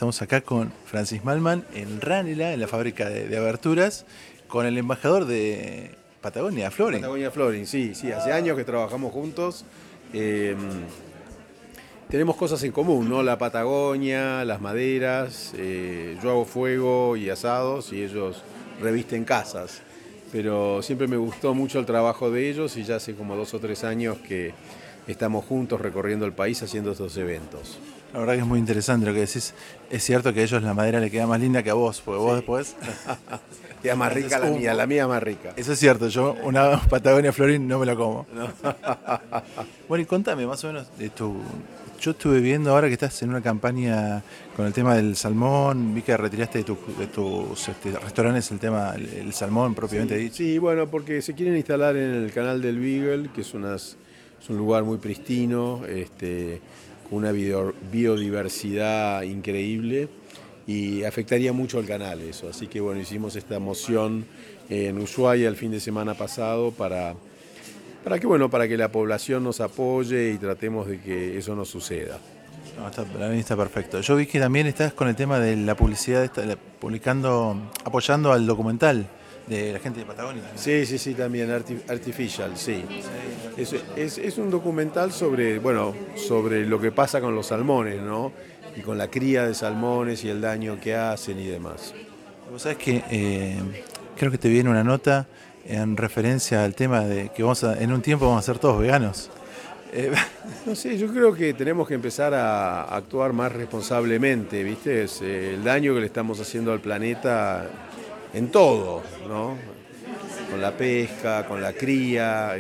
estamos acá con Francis Malman en Ranela, en la fábrica de aberturas, con el embajador de Patagonia Flooring. Patagonia Flooring, sí, hace años que trabajamos juntos. Tenemos cosas en común, ¿no? La Patagonia, las maderas, yo hago fuego y asados y ellos revisten casas. Pero siempre me gustó mucho el trabajo de ellos y ya hace como 2 o 3 años que estamos juntos recorriendo el país haciendo estos eventos. La verdad que es muy interesante lo que decís. Es cierto que a ellos la madera le queda más linda que a vos, porque vos después... Queda más rica la mía más rica. Eso es cierto, yo una Patagonia Flooring no me la como. No. Bueno, y contame más o menos de tu... Yo estuve viendo ahora que estás en una campaña con el tema del salmón, vi que retiraste de tus restaurantes el tema, el salmón propiamente dicho. Sí, bueno, porque se quieren instalar en el canal del Beagle, que es un lugar muy pristino, con una biodiversidad increíble y afectaría mucho al canal eso. Así que bueno, hicimos esta moción en Ushuaia el fin de semana pasado para que la población nos apoye y tratemos de que eso no suceda. No, para mí está perfecto. Yo vi que también estás con el tema de la publicidad, apoyando al documental de la gente de Patagonia, ¿no? Sí, también Artificial, sí. Es un documental sobre lo que pasa con los salmones, ¿no? Y con la cría de salmones y el daño que hacen y demás. Vos sabés que creo que te viene una nota en referencia al tema de que en un tiempo vamos a ser todos veganos. No sé, yo creo que tenemos que empezar a actuar más responsablemente, ¿viste? Es el daño que le estamos haciendo al planeta en todo, ¿no? Con la pesca, con la cría,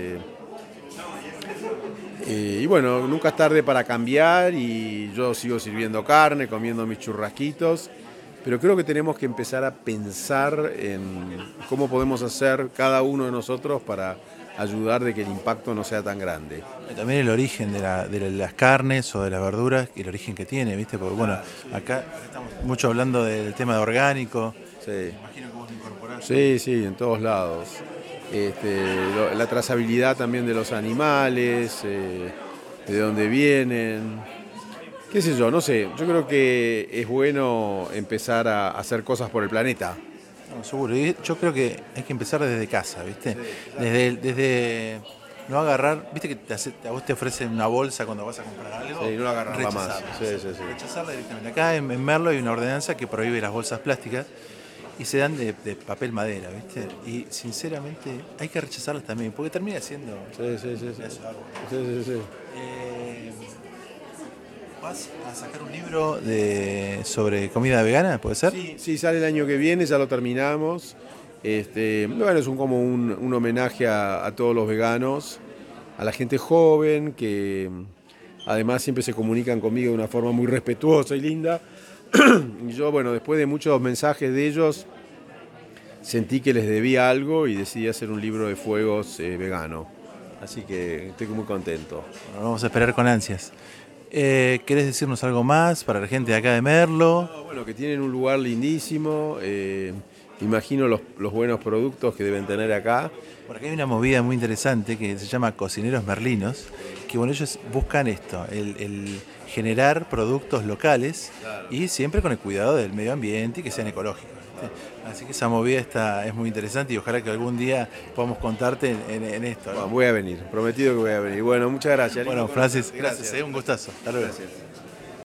y bueno, nunca es tarde para cambiar y yo sigo sirviendo carne, comiendo mis churrasquitos, pero creo que tenemos que empezar a pensar en cómo podemos hacer cada uno de nosotros para ayudar de que el impacto no sea tan grande. También el origen de las carnes o de las verduras, el origen que tiene, ¿viste? Porque bueno, acá estamos mucho hablando del tema de orgánico. Sí. Imagino que vos lo incorporás. Sí, en todos lados. La trazabilidad también de los animales, de dónde vienen, qué sé yo, no sé. Yo creo que es bueno empezar a hacer cosas por el planeta. No, seguro. Y yo creo que hay que empezar desde casa, ¿viste? Desde no agarrar, ¿viste que a vos te ofrecen una bolsa cuando vas a comprar algo? Sí, no agarrarla más. Sí. Rechazarla directamente. Acá en Merlo hay una ordenanza que prohíbe las bolsas plásticas y se dan de papel madera, ¿viste? Y sinceramente hay que rechazarlas también, porque termina siendo... Sí. ¿Vas a sacar un libro sobre comida vegana, puede ser? Sí, sale el año que viene, ya lo terminamos. Bueno, es como un homenaje a todos los veganos, a la gente joven, que además siempre se comunican conmigo de una forma muy respetuosa y linda. Y yo, bueno, después de muchos mensajes de ellos, sentí que les debía algo y decidí hacer un libro de fuegos vegano. Así que estoy muy contento. Bueno, vamos a esperar con ansias. ¿Querés decirnos algo más para la gente de acá de Merlo? No, bueno, que tienen un lugar lindísimo. Imagino los buenos productos que deben tener acá. Por acá hay una movida muy interesante que se llama Cocineros Merlinos, que bueno, ellos buscan esto, el generar productos locales, claro, y siempre con el cuidado del medio ambiente y que sean ecológicos, ¿viste? Así que esa movida es muy interesante y ojalá que algún día podamos contarte en esto, ¿no? Bueno, voy a venir, prometido que voy a venir. Bueno, muchas gracias. Bueno, Francis, gracias. Un gustazo. Hasta luego. Gracias.